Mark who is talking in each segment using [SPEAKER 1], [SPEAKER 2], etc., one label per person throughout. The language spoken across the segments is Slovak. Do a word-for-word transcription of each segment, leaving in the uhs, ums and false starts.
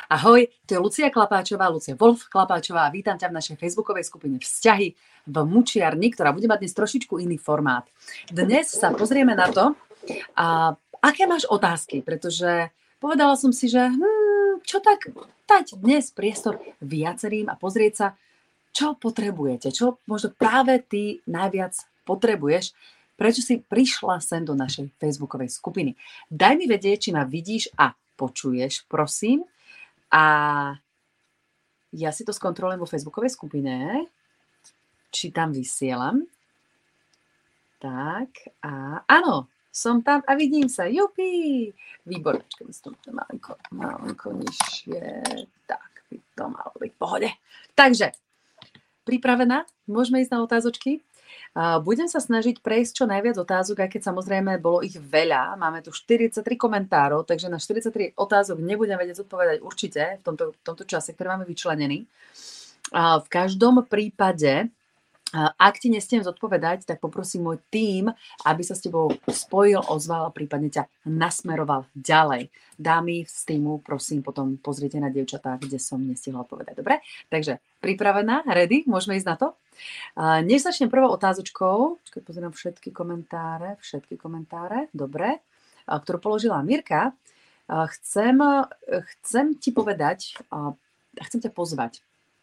[SPEAKER 1] Ahoj, to je Lucia Klapáčová, Lucia Wolf Klapáčová a vítam ťa v našej facebookovej skupine Vzťahy v Mučiarni, ktorá bude mať dnes trošičku iný formát. Dnes sa pozrieme na to, a aké máš otázky, pretože povedala som si, že hmm, čo tak dať dnes priestor viacerým a pozrieť sa, čo potrebujete, čo možno práve ty najviac potrebuješ, prečo si prišla sem do našej facebookovej skupiny. Daj mi vedieť, či ma vidíš a počuješ, prosím. A ja si to skontrolujem vo facebookovej skupine, či tam vysielam. Tak a áno, som tam a vidím sa. Jupi! Výborné, počkaj, som to malinko, malinko nižšie. Tak, by to malo byť v pohode. Takže, pripravená? Môžeme ísť na otázočky? Budem sa snažiť prejsť čo najviac otázok, aj keď samozrejme bolo ich veľa. Máme tu štyridsaťtri komentárov, takže na štyridsaťtri otázok nebudem vedieť zodpovedať určite v tomto, v tomto čase, ktorý máme vyčlenený. V každom prípade, ak ti nestiem zodpovedať, tak poprosím môj tím, aby sa s tebou spojil, ozval a prípadne ťa nasmeroval ďalej. Dámy z týmu, prosím, potom pozrite na dievčatá, kde som nestihla odpovedať. Dobre? Takže pripravená? Ready? Môžeme ísť na to? Než začnem prvou otázočkou, počkaj, pozerám všetky komentáre, všetky komentáre, dobre, ktorú položila Mirka, chcem, chcem ti povedať, chcem ťa pozvať.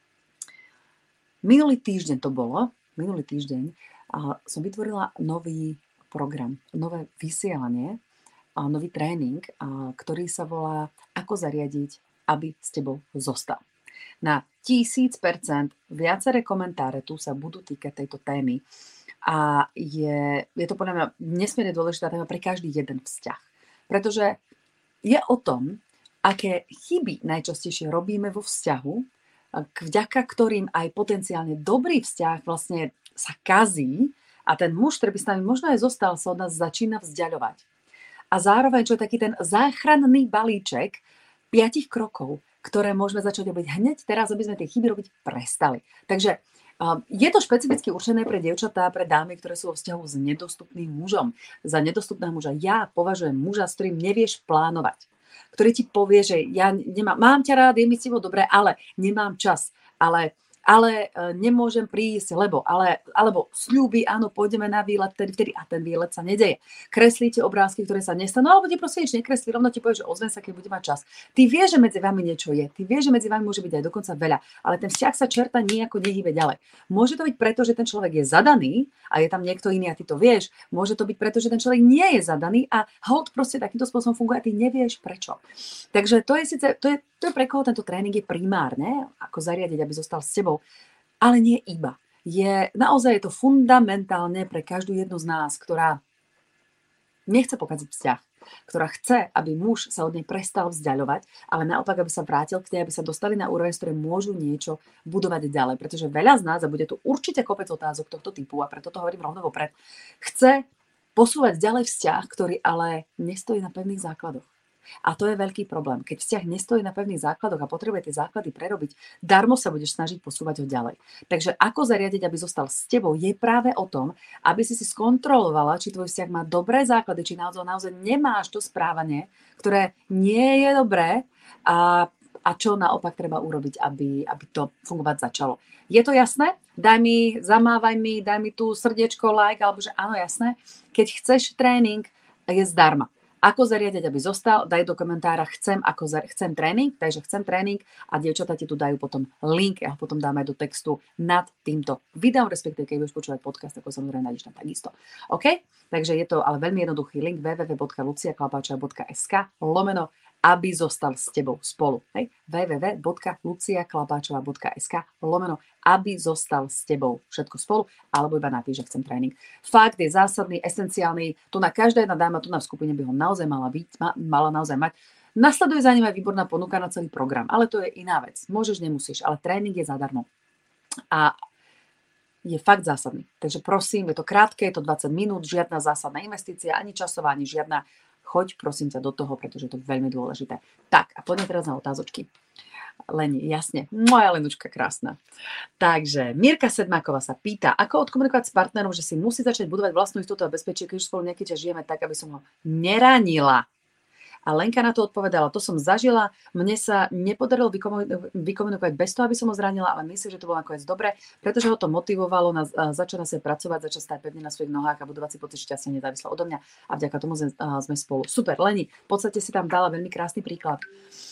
[SPEAKER 1] Minulý týždeň to bolo, minulý týždeň som vytvorila nový program, nové vysielanie, nový tréning, ktorý sa volá Ako zariadiť, aby s tebou zostal. Na tisíc percent viaceré komentáre tu sa budú týkať tejto témy a je, je to podľa mňa nesmierne dôležitá téma pre každý jeden vzťah. Pretože je o tom, aké chyby najčastejšie robíme vo vzťahu, vďaka ktorým aj potenciálne dobrý vzťah vlastne sa kazí a ten muž, ktorý by s nami možno aj zostal, sa od nás začína vzdiaľovať. A zároveň, čo je taký ten záchranný balíček piatich krokov, ktoré môžeme začať robiť hneď teraz, aby sme tie chyby robiť prestali. Takže uh, je to špecificky určené pre dievčatá, pre dámy, ktoré sú vo vzťahu s nedostupným mužom. Za nedostupného muža ja považujem muža, s ktorým nevieš plánovať, ktorý ti povie, že ja nemám, mám ťa rád, je mi s tebou dobre, ale nemám čas, ale, ale nemôžem prísť, lebo, ale, alebo sľúbi, áno, pôjdeme na výlet, vtedy, vtedy a ten výlet sa nedeje. Kreslíte obrázky, ktoré sa nestanú, alebo ti proste nič nekreslí, rovno ti povie, že ozvem sa, keď bude mať čas. Ty vieš, že medzi vami niečo je, ty vieš, že medzi vami môže byť aj dokonca veľa, ale ten vzťah sa čerta nejako nehybe ďalej. Môže to byť preto, že ten človek je zadaný a je tam niekto iný a ty to vieš. Môže to byť preto, že ten človek nie je zadaný a hold proste takýmto spôsobom funguje a ty nevieš prečo. Takže to je síce, to je, to je pre koho tento tréning je primárne, ako zariadiť, aby zostal s tebou, ale nie iba. Je, naozaj je to fundamentálne pre každú jednu z nás, ktorá nechce pokaziť vzťah, ktorá chce, aby muž sa od nej prestal vzdiaľovať, ale naopak, aby sa vrátil k nej, aby sa dostali na úroveň, z ktorej môžu niečo budovať ďalej. Pretože veľa z nás, a bude tu určite kopec otázok tohto typu, a preto to hovorím rovno vopred, chce posúvať ďalej vzťah, ktorý ale nestojí na pevných základoch. A to je veľký problém. Keď vzťah nestojí na pevných základoch a potrebuje tie základy prerobiť, darmo sa budeš snažiť posúvať ho ďalej. Takže ako zariadiť, aby zostal s tebou, je práve o tom, aby si si skontrolovala, či tvoj vzťah má dobré základy, či naozaj, naozaj nemáš to správanie, ktoré nie je dobré a, a čo naopak treba urobiť, aby, aby to fungovať začalo. Je to jasné? Daj mi, zamávaj mi, daj mi tu srdiečko, like, alebo že áno, jasné. Keď chceš tréning, je zdarma. Ako zariadiť, aby zostal, daj do komentára chcem, ako zar- chcem tréning, takže chcem tréning a dievčatá ti tu dajú potom link a ho potom dáme do textu nad týmto videom, respektíve keď budeš počúvať podcast, ako samozrejme nájdeš tam takisto. OK? Takže je to ale veľmi jednoduchý link w w w bodka lucia klapáčová bodka es ka lomeno aby zostal s tebou spolu. Hej? w w w bodka lucia klapáčová bodka es ka lomeno aby zostal s tebou všetko spolu, alebo iba napíš, že chcem tréning. Fakt je zásadný, esenciálny, tu na každá jedna dáma, tu na v skupine by ho naozaj mala byť, ma, mala naozaj mať. Nasleduje za ním aj výborná ponuka na celý program, ale to je iná vec. Môžeš, nemusíš, ale tréning je zadarmo. A je fakt zásadný. Takže prosím, je to krátke, je to dvadsať minút, žiadna zásadná investícia, ani časová, ani žiadna. Choď, prosím ťa, do toho, pretože je to veľmi dôležité. Tak, a poďme teraz na otázočky. Leni, jasne, moja Lenučka krásna. Takže Mirka Sedmáková sa pýta, ako odkomunikovať s partnerom, že si musí začať budovať vlastnú istotu a bezpečie, keď už spolu nejaký čas žijeme tak, aby som ho neranila. A Lenka na to odpovedala, to som zažila, mne sa nepodarilo vykomunikovať bez toho, aby som ho zranila, ale myslím, že to bolo nakoniec dobre, pretože ho to motivovalo na začať na sebe pracovať, začať stať pevne na svojich nohách a budovať si pocit šťastia nezávisle odo mňa a vďaka tomu sme, sme spolu. Super, Leni, v podstate si tam dala veľmi krásny príklad.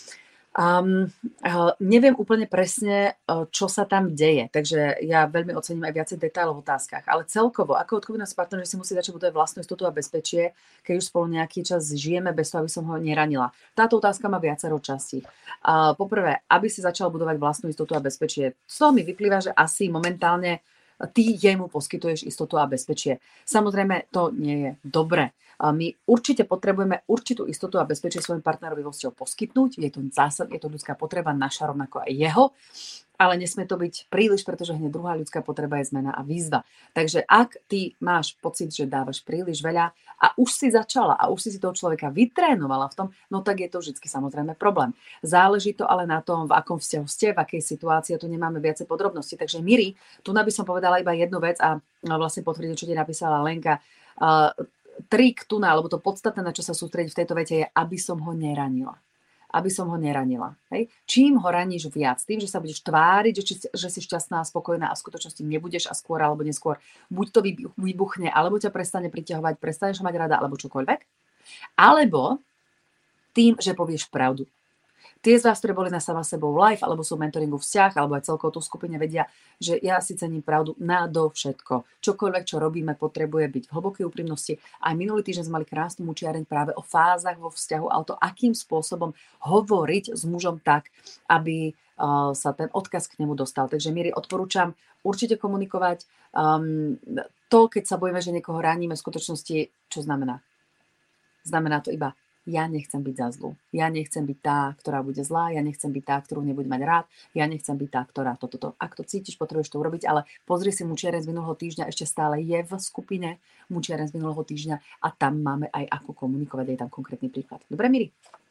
[SPEAKER 1] Um, uh, neviem úplne presne, uh, čo sa tam deje, takže ja veľmi ocením aj viacej detailov v otázkach, ale celkovo, ako odpovednosť partner, že si musí začať budovať vlastnú istotu a bezpečie, keď už spolu nejaký čas žijeme bez toho, aby som ho neranila. Táto otázka má viacero častí. Uh, poprvé, aby si začal budovať vlastnú istotu a bezpečie. Z toho mi vyplýva, že asi momentálne ty jemu poskytuješ istotu a bezpečie. Samozrejme, to nie je dobré. My určite potrebujeme určitú istotu a bezpečie svojim partnerovi vo vzťahu poskytnúť. Je to zásad, je to ľudská potreba, naša rovnako aj jeho. Ale nesmie to byť príliš, pretože hneď druhá ľudská potreba je zmena a výzva. Takže ak ty máš pocit, že dávaš príliš veľa a už si začala a už si si toho človeka vytrénovala v tom, no tak je to vždy samozrejme problém. Záleží to ale na tom, v akom vzťahu ste, v akej situácii, tu nemáme viacej podrobností. Takže Miri, tu by som povedala iba jednu vec a vlastne potvrdím, čo ti napísala Lenka. Uh, trik tu na, alebo to podstatné, na čo sa sústrediť v tejto vete je, aby som ho neranila. Aby som ho neranila. Hej? Čím ho raníš viac? Tým, že sa budeš tváriť, že, či, že si šťastná a spokojná a v skutočnosti nebudeš a skôr alebo neskôr buď to vybuchne, alebo ťa prestane priťahovať, prestaneš ho mať rada, alebo čokoľvek. Alebo tým, že povieš pravdu. Tie z vás, ktoré boli na sama sebou live, alebo sú v mentoringu vzťah, alebo aj celkovo tú skupine vedia, že ja si cením pravdu nadovšetko. Čokoľvek, čo robíme, potrebuje byť v hlbokej úprimnosti. Aj minulý týždeň sme mali krásnu mučiareň práve o fázach vo vzťahu a o to, akým spôsobom hovoriť s mužom tak, aby uh, sa ten odkaz k nemu dostal. Takže Miri, odporúčam určite komunikovať. Um, to, keď sa bojíme, že niekoho raníme, v skutočnosti, čo znamená? Znamená to iba ja nechcem byť za zlú. Ja nechcem byť tá, ktorá bude zlá. Ja nechcem byť tá, ktorú nebude mať rád. Ja nechcem byť tá, ktorá toto. To, to. Ak to cítiš, potrebuješ to urobiť, ale pozri si mučiareň z minulého týždňa, ešte stále je v skupine mučiareň z minulého týždňa a tam máme aj ako komunikovať, je tam konkrétny príklad. Dobre, Miri?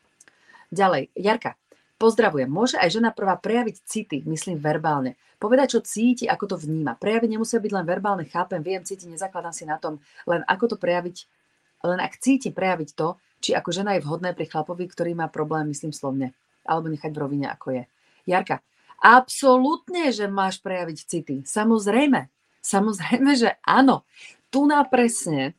[SPEAKER 1] Ďalej, Jarka. Pozdravujem. Môže aj žena prvá prejaviť city, myslím verbálne. Povedať, čo cíti, ako to vníma. Prejavy nemusia byť len verbálne, chápem, viem, cíti, nezakladám si na tom, len ako to prejaviť, len ak cíti prejaviť to, či ako žena je vhodné pri chlapovi, ktorý má problém, myslím slovne. Alebo nechať v rovine, ako je. Jarka, absolútne, že máš prejaviť city. Samozrejme. Samozrejme, že áno. Tu na presne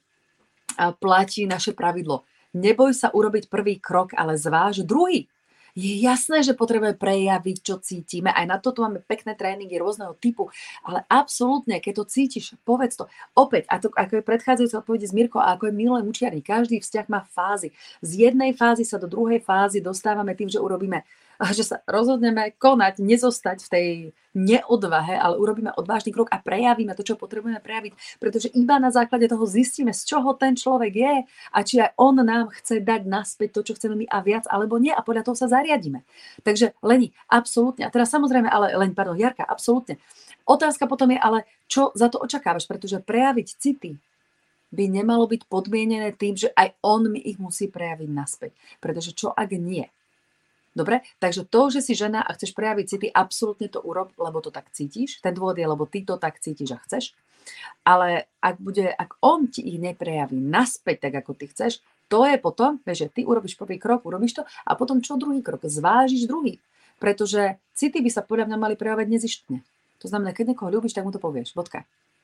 [SPEAKER 1] platí naše pravidlo. Neboj sa urobiť prvý krok, ale zváž druhý. Je jasné, že potrebujeme prejaviť, čo cítime. Aj na toto máme pekné tréningy rôzneho typu. Ale absolútne, keď to cítiš, povedz to. Opäť, a to, ako je predchádzajúce odpovede z Mirko a ako je minulé mučiarni, každý vzťah má fázy. Z jednej fázy sa do druhej fázy dostávame tým, že urobíme, že sa rozhodneme konať, nezostať v tej neodvahe, ale urobíme odvážny krok a prejavíme to, čo potrebujeme prejaviť, pretože iba na základe toho zistíme, z čoho ten človek je a či aj on nám chce dať naspäť to, čo chceme my a viac, alebo nie a podľa toho sa zariadíme. Takže Leni, absolútne. A teraz samozrejme, ale Leni, pardon, Jarka, absolútne. Otázka potom je ale, čo za to očakávaš, pretože prejaviť city by nemalo byť podmienené tým, že aj on mi ich musí prejaviť naspäť. Pretože čo ak nie? Dobre, takže to, že si žena a chceš prejaviť city, absolútne to urob, lebo to tak cítiš. Ten dôvod je, lebo ty to tak cítiš a chceš. Ale ak, bude, ak on ti ich neprejaví naspäť tak, ako ty chceš, to je potom, že ty urobíš prvý krok, urobíš to a potom čo druhý krok? Zvážiš druhý. Pretože city by sa podľa mňa mali prejavovať nezištne. To znamená, keď niekoho ľúbiš, tak mu to povieš. Bodka.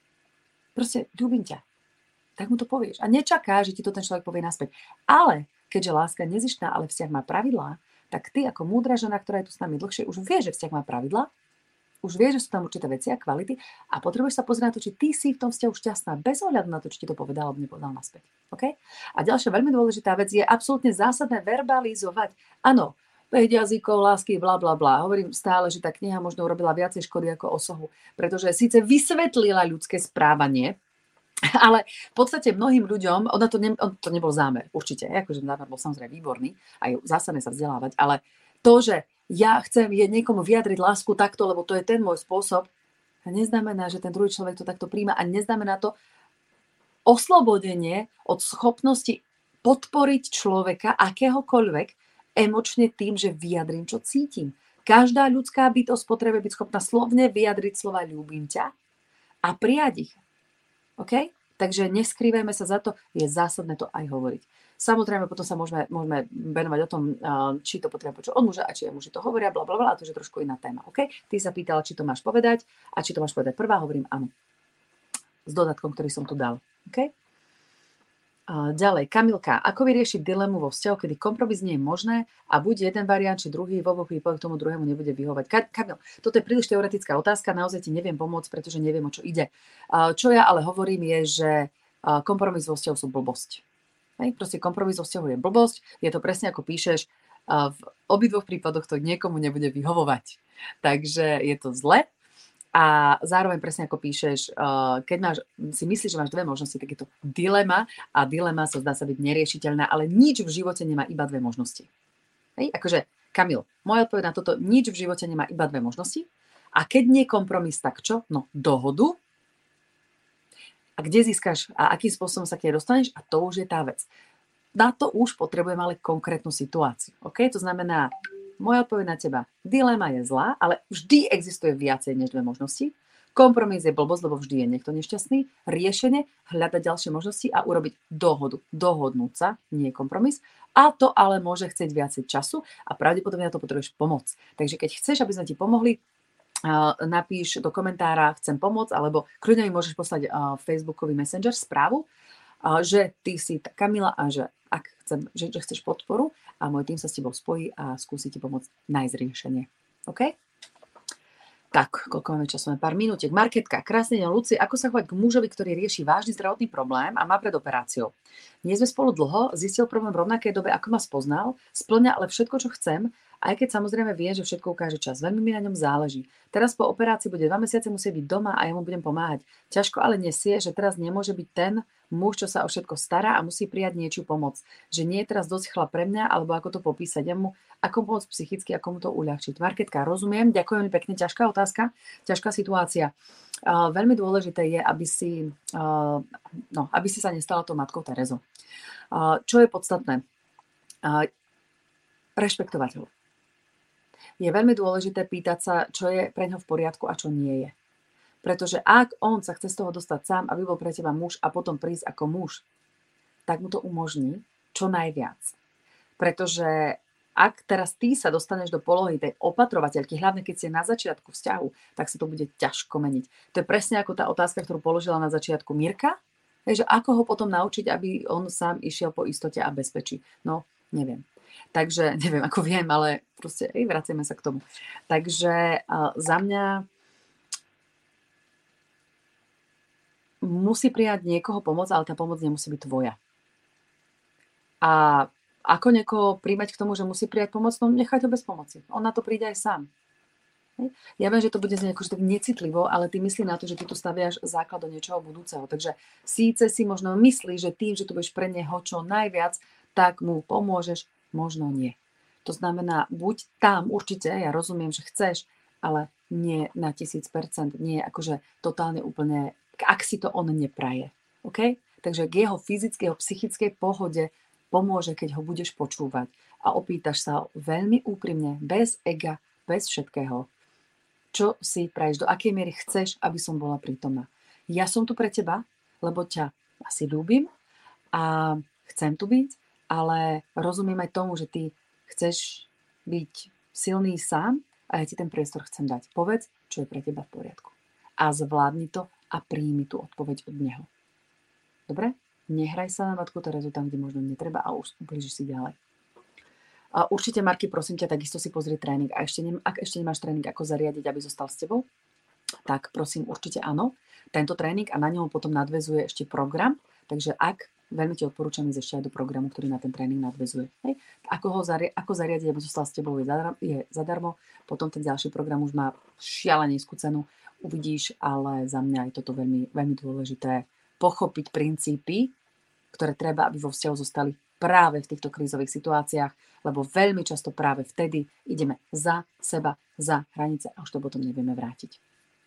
[SPEAKER 1] Proste ľúbim ťa. Tak mu to povieš. A nečaká, že ti to ten človek povie naspäť. Ale keďže láska je nezištná, ale vzťah má pravidlá, tak ty ako múdra žena, ktorá je tu s nami dlhšie, už vieš, že vzťah má pravidlá, už vieš, že sú tam určité veci a kvality a potrebuješ sa pozrieť na to, či ty si v tom vzťahu šťastná bez ohľadu na to, či ti to povedal alebo nepovedal naspäť. Okay? A ďalšia veľmi dôležitá vec je absolútne zásadné verbalizovať. Áno, päť jazykov lásky, bla bla bla. Hovorím stále, že tá kniha možno urobila viacej škody ako osohu, pretože síce vysvetlila ľudské správanie, ale v podstate mnohým ľuďom, ona to, ne, on, to nebol zámer, určite, akože zámer bol samozrejme výborný, aj zásadné sa vzdelávať, ale to, že ja chcem je niekomu vyjadriť lásku takto, lebo to je ten môj spôsob, neznamená, že ten druhý človek to takto príjma a neznamená to oslobodenie od schopnosti podporiť človeka akéhokoľvek emočne tým, že vyjadrím, čo cítim. Každá ľudská bytosť potrebuje byť schopná slovne vyjadriť slova ľúbim ťa a prijať ich. OK? Takže neskrývajme sa za to, je zásadné to aj hovoriť. Samozrejme, potom sa môžeme, môžeme venovať o tom, či to potrebuje počuť od muža a či muži to hovoria, bla, bla, bla, a to je trošku iná téma. Okay? Ty sa pýtala, či to máš povedať a či to máš povedať prvá, hovorím áno. S dodatkom, ktorý som tu dal. Okay? A ďalej, Kamilka, ako vyriešiť dilemu vo vzťahu, kedy kompromis nie je možné a buď jeden variant, či druhý, v oboch prípadoch tomu druhému nebude vyhovať. Ka- Kamil, toto je príliš teoretická otázka, naozaj ti neviem pomôcť, pretože neviem, o čo ide. A čo ja ale hovorím je, že kompromis vo vzťahu sú blbosť. Hej, proste kompromis vo vzťahu je blbosť, je to presne ako píšeš, v obidvoch prípadoch to niekomu nebude vyhovovať. Takže je to zle. A zároveň presne ako píšeš, keď máš, si myslíš, že máš dve možnosti, tak je to dilema a dilema sa zdá sa byť neriešiteľná, ale nič v živote nemá iba dve možnosti. Hej? Akože, Kamil, moja odpoveď na toto, nič v živote nemá iba dve možnosti a keď nie kompromis, tak čo? No, dohodu. A kde získaš a akým spôsobom sa k nej dostaneš a to už je tá vec. Na to už potrebujem ale konkrétnu situáciu. Okay? To znamená, moja odpoveď na teba, dilema je zlá, ale vždy existuje viacej než dve možnosti. Kompromis je blbosť, lebo vždy je niekto nešťastný. Riešenie, hľadať ďalšie možnosti a urobiť dohodu. Dohodnúť sa, nie kompromis. A to ale môže chcieť viacej času a pravdepodobne na to potrebuješ pomoc. Takže keď chceš, aby sme ti pomohli, napíš do komentára chcem pomôcť, alebo kľudne mi môžeš poslať Facebookový Messenger správu, že ty si Kamila a že ak chcem, že, že chceš podporu a môj tým sa s tebou spojí a skúsi ti pomôcť nájsť riešenie. OK? Tak, koľko máme času? Máme pár minútiek. Marketka, krásny deň, Luci. Ako sa chovať k mužovi, ktorý rieši vážny zdravotný problém a má pred operáciou? Nie sme spolu dlho, zistil problém v rovnakej dobe, ako ma spoznal, splňa ale všetko, čo chcem, aj keď samozrejme vie, že všetko ukáže čas. Veľmi mi na ňom záleží. Teraz po operácii bude dva mesiace musieť byť doma a ja mu budem pomáhať. Ťažko ale nesie, že teraz nemôže byť ten muž, čo sa o všetko stará a musí prijať niečo pomoc. Že nie je teraz dosť chlap pre mňa, alebo ako to popísať. Ja mu ako pomôcť psychicky, ako mu to uľahčiť. Marketka, rozumiem, ďakujem pekne, ťažká otázka, ťažká situácia. Uh, veľmi dôležité je, aby si, uh, no, aby si sa nestala tou matkou Terezou. Uh, čo je podstatné? Uh, rešpektovať ho. Je veľmi dôležité pýtať sa, čo je pre ňo v poriadku a čo nie je. Pretože ak on sa chce z toho dostať sám, aby bol pre teba muž a potom prísť ako muž, tak mu to umožní čo najviac. Pretože ak teraz ty sa dostaneš do polohy tej opatrovateľky, hlavne keď si na začiatku vzťahu, tak sa to bude ťažko meniť. To je presne ako tá otázka, ktorú položila na začiatku Mirka. Takže ako ho potom naučiť, aby on sám išiel po istote a bezpečí? No, neviem. Takže, neviem, ako viem, ale proste, ej, vraciame sa k tomu. Takže uh, za mňa musí prijať niekoho pomoc, ale tá pomoc nemusí byť tvoja. A ako niekoho príjmať k tomu, že musí prijať pomoc, no nechať ho bez pomoci. On na to príde aj sám. Ja viem, že to bude znieť akože tak necitlivo, ale ty myslí na to, že ty tu staviaš základ do niečoho budúceho. Takže síce si možno myslíš, že tým, že tu budeš pre neho čo najviac, tak mu pomôžeš, možno nie. To znamená, buď tam určite, ja rozumiem, že chceš, ale nie na tisíc percent, nie akože totálne úplne, ak si to on nepraje. Okay? Takže k jeho fyzickej, psychickej pohode pomôže, keď ho budeš počúvať a opýtaš sa veľmi úprimne, bez ega, bez všetkého, čo si praješ, do akej miery chceš, aby som bola prítomná. Ja som tu pre teba, lebo ťa asi ľúbim a chcem tu byť, ale rozumiem aj tomu, že ty chceš byť silný sám a ja ti ten priestor chcem dať. Povedz, čo je pre teba v poriadku. A zvládni to a príjmi tú odpoveď od neho. Dobre? Nehraj sa na matku Terezu tam, kde možno netreba a už ublížiš si ďalej. A určite, Marky, prosím ťa, takisto si pozri tréning. A ešte ne, ak ešte nemáš tréning, ako zariadiť, aby zostal s tebou, tak prosím, určite áno. Tento tréning a na ňom potom nadväzuje ešte program. Takže ak, veľmi ti odporúčam ísť ešte aj do programu, ktorý na ten tréning nadväzuje. Hej. Ako ho zari- ako zariadiť, aby zostal s tebou, je zadarmo, je zadarmo. Potom ten ďalší program už má šialenejskú cenu. Uvidíš, ale za mňa je toto veľmi, veľmi dôležité pochopiť princípy, ktoré treba, aby vo vzťahu zostali práve v týchto krízových situáciách, lebo veľmi často práve vtedy ideme za seba, za hranice a už to potom nevieme vrátiť.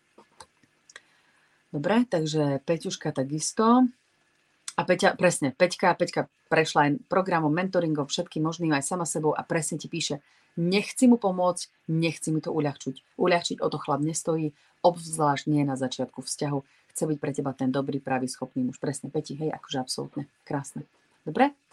[SPEAKER 1] Dobre, takže Peťuška takisto. A Peťa, presne, Peťka, Peťka prešla aj programom, mentoringom, všetkým možným aj sama sebou a presne ti píše, nechci mu pomôcť, nechci mi to uľahčiť. Uľahčiť o to chlap nestojí, obzvlášť nie na začiatku vzťahu. Chce byť pre teba ten dobrý, pravý, schopný muž. Presne, Peti, hej, akože absolútne krásne. Dobre?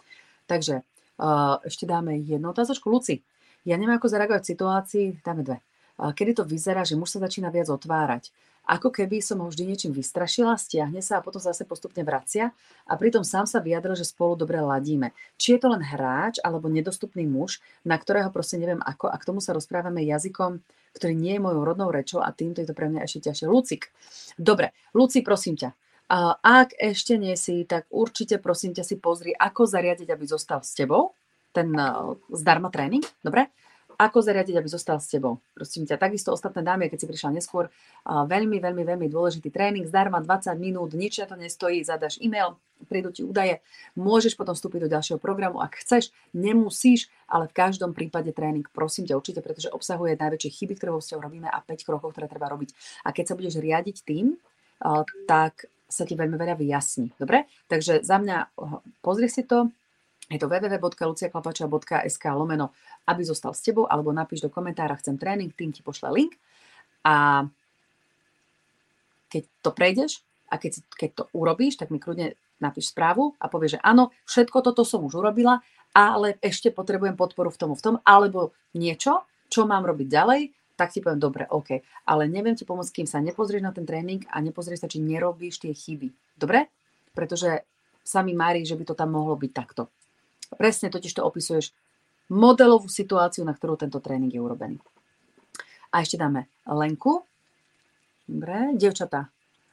[SPEAKER 1] Takže uh, ešte dáme jednu otázočku. Luci, ja neviem, ako zareagovať v situácii, dáme dve. Uh, kedy to vyzerá, že muž sa začína viac otvárať. Ako keby som ho vždy niečím vystrašila, stiahne sa a potom zase postupne vracia a pritom sám sa vyjadril, že spolu dobre ladíme. Či je to len hráč alebo nedostupný muž, na ktorého proste neviem ako a k tomu sa rozprávame jazykom, ktorý nie je mojou rodnou rečou a týmto je to pre mňa ešte ťažšie. Lucik. Dobre, Luci, prosím ťa. A ak ešte nie si, tak určite prosím ťa si pozri, ako zariadiť, aby zostal s tebou, ten uh, zdarma tréning, dobre? Ako zariadiť, aby zostal s tebou. Prosím ťa, takisto ostatné dámy, keď si prišla neskôr, uh, veľmi, veľmi, veľmi dôležitý tréning, zdarma dvadsať minút, nič na to nestojí, zadaš e-mail, prídu ti údaje, môžeš potom vstúpiť do ďalšieho programu, ak chceš, nemusíš, ale v každom prípade tréning, prosím ťa, určite, pretože obsahuje najväčšie chyby, ktoré vo vzťahu robíme a päť krokov, ktoré treba robiť. A keď sa budeš riadiť tým, uh, tak sa ti veľmi veľa vyjasní. Dobre? Takže za mňa uh, pozri si to, je to w w w bodka lucia klapačová bodka es ka lomeno, aby zostal s tebou, alebo napíš do komentára, chcem tréning, tým ti pošle link. A keď to prejdeš a keď, keď to urobíš, tak mi kľudne napíš správu a povieš, že áno, všetko toto som už urobila, ale ešte potrebujem podporu v tom, v tom, alebo niečo, čo mám robiť ďalej, tak ti poviem, dobre, OK. Ale neviem ti pomôcť, kým sa nepozrieš na ten tréning a nepozrieš sa, či nerobíš tie chyby. Dobre? Pretože sa mi mári, že by to tam mohlo byť takto. Presne totiž to opisuješ modelovú situáciu, na ktorú tento tréning je urobený. A ešte dáme Lenku. Dobre, dievčatá.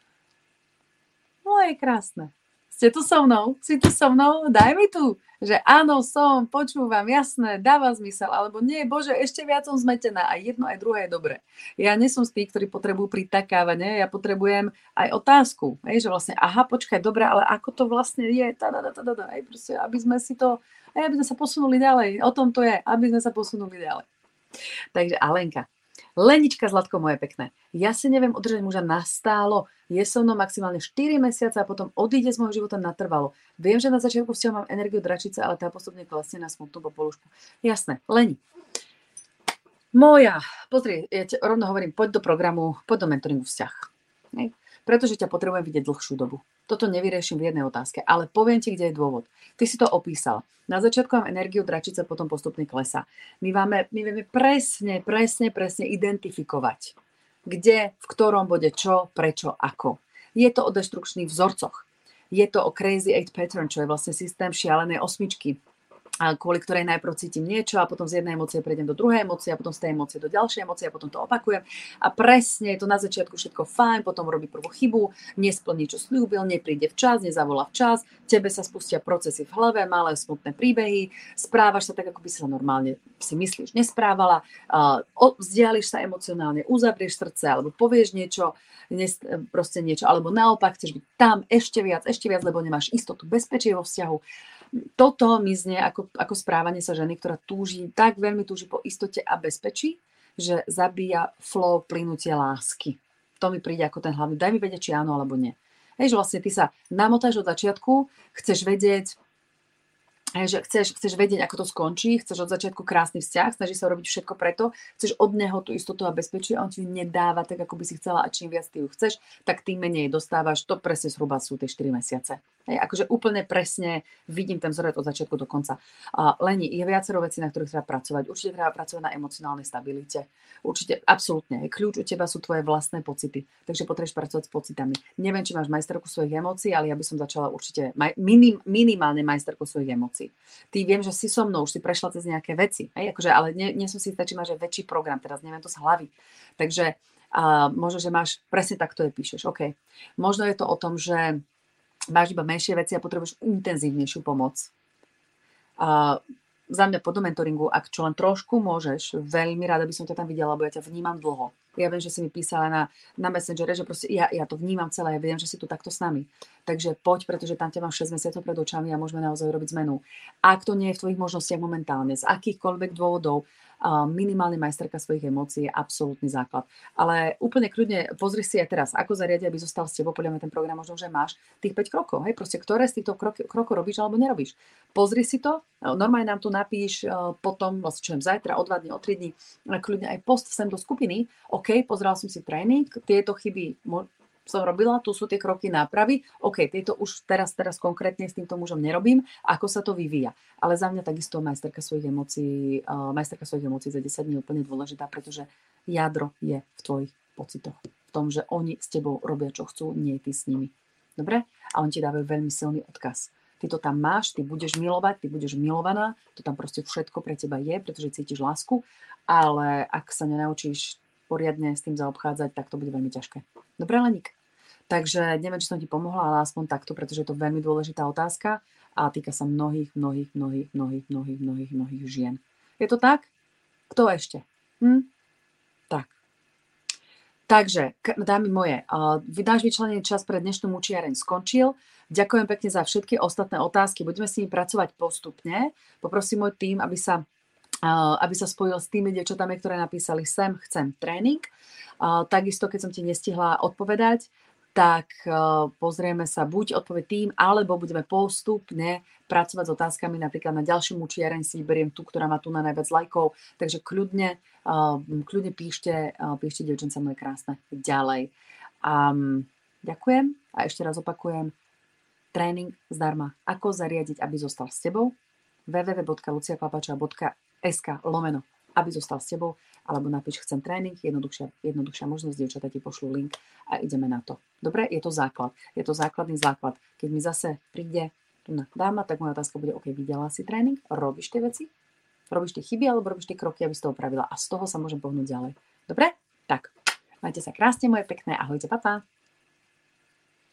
[SPEAKER 1] No je krásne. Ste tu so mnou? Si tu so mnou? Daj mi tu, že áno, som, počúvam, jasné, dáva zmysel, alebo nie, bože, ešte viac som zmetená. A jedno, aj druhé je dobré. Ja nie som z tých, ktorí potrebujú pritakávať, nie? Ja potrebujem aj otázku, hej, že vlastne, aha, počkaj, dobre, ale ako to vlastne je, tada, tada, tada, hej, proste, aby sme si to, hej, aby sme sa posunuli ďalej. O tom to je, aby sme sa posunuli ďalej. Takže Alenka. Lenička, Zlatko moje pekné. Ja si neviem udržať muža nastálo. Je so mnou maximálne štyri mesiace a potom odíde z môjho života natrvalo. Viem, že na začiatku vzťahu mám energiu dračice, ale tá postupne klesne na smutnú popolušku. Jasné, Leni. Moja, pozri, ja ti rovno hovorím, poď do programu, poď do mentoringu vzťah. Nej? Pretože ťa potrebujem vidieť dlhšiu dobu. Toto nevyrieším v jednej otázke, ale poviem ti, kde je dôvod. Ty si to opísal. Na začiatku mám energiu dračice, potom postupne klesá. My, máme, my vieme presne, presne, presne identifikovať, kde, v ktorom bode čo, prečo, ako. Je to o deštrukčných vzorcoch. Je to o Crazy Eight Pattern, čo je vlastne systém šialenej osmičky, kvôli ktorej najprv cítim niečo a potom z jednej emócie prejdem do druhej emócie a potom z tej emócie do ďalšej emócie a potom to opakujem. A presne je to na začiatku všetko fajn, potom robí prvú chybu, nesplní, čo sľúbil, nepríde včas, nezavolá včas, tebe sa spustia procesy v hlave, malé smutné príbehy, správaš sa tak, ako by sa normálne si myslíš nesprávala, uh, vzdiališ sa emocionálne, uzavrieš srdce alebo povieš niečo, nes, proste niečo, alebo naopak chceš byť tam ešte viac, ešte viac, lebo nemáš istotu, bezpečie vo vzťahu. Toto mi znie ako, ako správanie sa ženy, ktorá túži, tak veľmi túži po istote a bezpečí, že zabíja flow plynutie lásky. To mi príde ako ten hlavný. Daj mi vedieť, či áno alebo nie. Hej, že vlastne ty sa namotáš od začiatku, chceš vedieť, hej, že chceš, chceš vedieť, ako to skončí, chceš od začiatku krásny vzťah, snažíš sa robiť všetko preto, chceš od neho tú istotu a bezpečie, on ti ju nedáva tak, ako by si chcela a čím viac ty ju chceš, tak tým menej dostávaš. To presne zhruba sú tie štyri mesiace. Hej, akože úplne presne vidím ten vzorec od začiatku do konca. Uh, Leni, je viacero vecí, na ktorých treba pracovať. Určite treba pracovať na emocionálnej stabilite. Určite, absolútne. Kľúč u teba sú tvoje vlastné pocity. Takže potrebuješ pracovať s pocitami. Neviem, či máš majsterku svojich emócií, ale ja by som začala určite maj, minim, minimálne majsterku svojich emócií. Ty viem, že si so mnou, už si prešla cez nejaké veci. Hej, akože, ale nie, nie som si istá, či máš aj väčší program. Teraz neviem to z hlavy. Takže uh, možno, že máš presne takto je píšeš. OK. Možno je to o tom, že máš iba menšie veci a potrebuješ intenzívnejšiu pomoc. Uh, za mňa po mentoringu, ak čo len trošku môžeš, veľmi rada by som ťa tam videla, lebo ja ťa vnímam dlho. Ja viem, že si mi písala na, na Messengere, že proste ja, ja to vnímam celé, ja viem, že si tu takto s nami. Takže poď, pretože tam ťa mám šesť mesiacov pred očami a môžeme naozaj robiť zmenu. Ak to nie je v tvojich možnostiach momentálne, z akýchkoľvek dôvodov, minimálne majsterka svojich emócií je absolútny základ. Ale úplne kľudne pozri si aj teraz, ako zariadiť, aby zostal s tebou, podľa mňa ten program možno, že máš tých päť krokov, hej, proste ktoré z týchto krok, krokov robíš alebo nerobíš. Pozri si to, normálne nám tu napíš potom, vlastne čo viem, zajtra, o dva dní, o tri dní, kľudne aj post sem do skupiny, OK, pozeral som si tréning, tieto chyby som robila, tu sú tie kroky nápravy, OK, tieto už teraz, teraz konkrétne s týmto mužom nerobím, ako sa to vyvíja. Ale za mňa takisto majsterka svojich emócií, uh, majsterka svojich emócií za desať dní je úplne dôležitá, pretože jadro je v tvojich pocitoch. V tom, že oni s tebou robia, čo chcú, nie ty s nimi. Dobre? A oni ti dávajú veľmi silný odkaz. Ty to tam máš, ty budeš milovať, ty budeš milovaná, to tam proste všetko pre teba je, pretože cítiš lásku, ale ak sa nenaučíš poriadne s tým zaobchádzať, tak to bude veľmi ťažké. Dobre, Leník? Takže neviem, či som ti pomohla, ale aspoň takto, pretože je to veľmi dôležitá otázka a týka sa mnohých, mnohých, mnohých, mnohých, mnohých, mnohých, mnohých žien. Je to tak? Kto ešte? Hm? Tak. Takže, dámy moje, náš vyčlenený čas pre dnešnú mučiareň skončil. Ďakujem pekne za všetky ostatné otázky. Budeme s nimi pracovať postupne. Poprosím môj tým, aby sa aby sa spojil s tými dievčatami, ktoré napísali sem, chcem tréning. Takisto, keď som ti nestihla odpovedať, tak pozrieme sa buď odpoveď tým, alebo budeme postupne pracovať s otázkami. Napríklad na ďalšiu mučiareň si vyberiem tú, ktorá má tu na najviac lajkov. Takže kľudne, kľudne píšte, píšte dievčence moje krásne ďalej. Um, ďakujem a ešte raz opakujem. Tréning zdarma. Ako zariadiť, aby zostal s tebou? w w w bodka lucia klapačová bodka es ká lomeno, aby zostal s tebou, alebo napíš chcem tréning, jednoduchšia, jednoduchšia možnosť, dievčatá ti pošlú link a ideme na to. Dobre, je to základ. Je to základný základ. Keď mi zase príde tu na dáma, tak moja otázka bude, OK, videla si tréning, robíš tie veci, robíš tie chyby, alebo robíš tie kroky, aby si to opravila a z toho sa môžem pohnúť ďalej. Dobre? Tak, majte sa krásne, moje pekné, ahojte, papa.